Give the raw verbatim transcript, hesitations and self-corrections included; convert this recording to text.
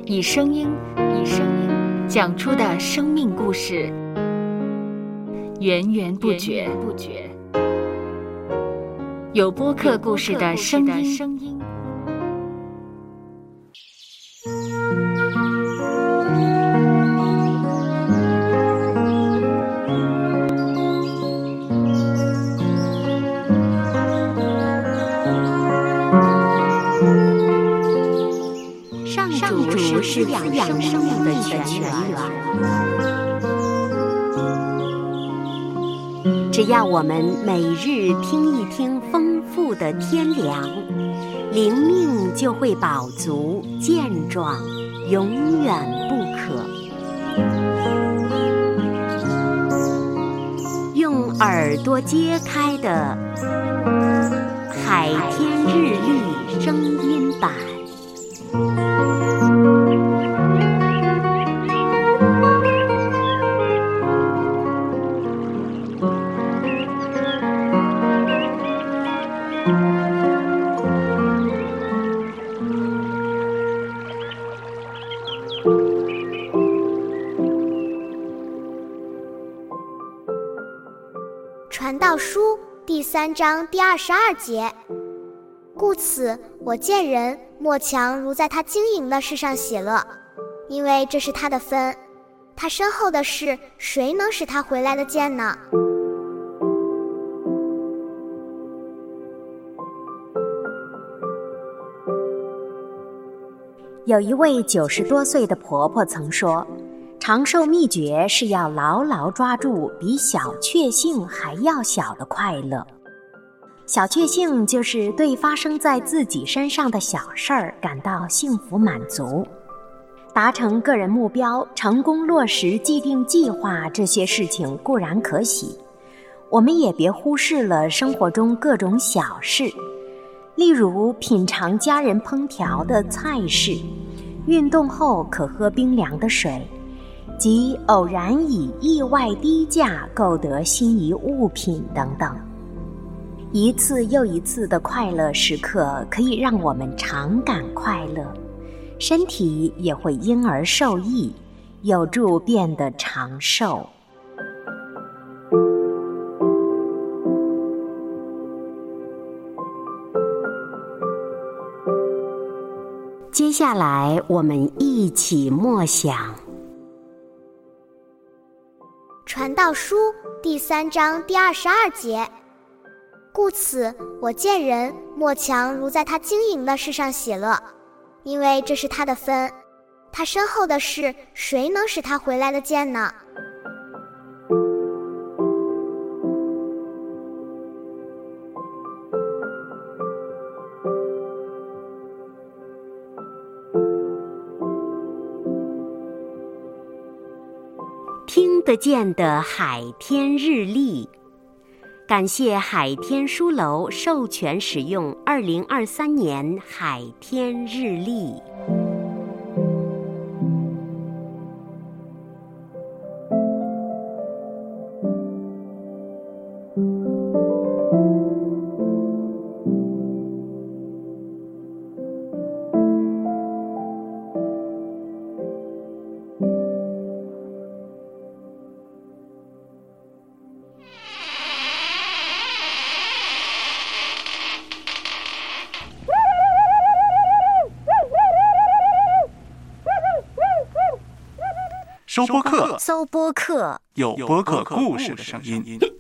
以声音，以声音讲出的生命故事，源源不绝。有播客故事的声音。 上主是养养生命的泉源，只要我们每日听一听丰富的天粮，灵命就会饱足健壮，永远不渴。用耳朵揭开的海天日历声音版。 传道书第三章第二十二节，故此我见人莫强如在他经营的事上喜乐，因为这是他的分，他身后的事谁能使他回来的见呢？ 有一位九十多岁的婆婆曾说，长寿秘诀是要牢牢抓住比小确幸还要小的快乐。小确幸就是对发生在自己身上的小事儿感到幸福满足。达成个人目标，成功落实既定计划，这些事情固然可喜，我们也别忽视了生活中各种小事，例如品尝家人烹调的菜式，运动后可喝冰凉的水，及偶然以意外低价购得心仪物品等等。一次又一次的快乐时刻可以让我们常感快乐，身体也会因而受益，有助变得长寿。接下来我们一起默想传道书第三章第二十二节，故此我见人莫强如在他经营的事上喜乐，因为这是他的分，他身后的事谁能使他回来的见呢？ 听得见的海天日历，感谢海天书楼授权使用二零二三年海天日历。 收播客， 搜播客， 有播客故事的声音。